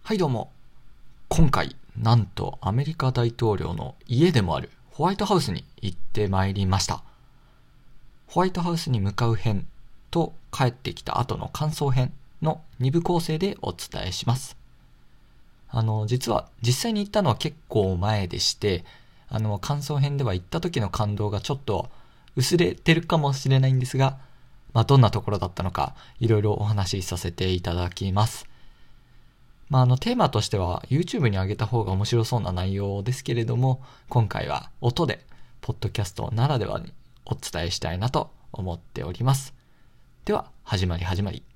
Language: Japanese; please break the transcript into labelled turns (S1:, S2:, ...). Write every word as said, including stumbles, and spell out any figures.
S1: はいどうも。今回、なんとアメリカ大統領の家でもあるホワイトハウスに行ってまいりました。ホワイトハウスに向かう編と帰ってきた後の感想編のに部構成でお伝えします。あの、実は実際に行ったのは結構前でして、あの、感想編では行った時の感動がちょっと薄れてるかもしれないんですが、まあ、どんなところだったのかいろいろお話しさせていただきます。まあ、あのテーマとしては YouTube に上げた方が面白そうな内容ですけれども、今回は音でポッドキャストならではにお伝えしたいなと思っております。では始まり始まり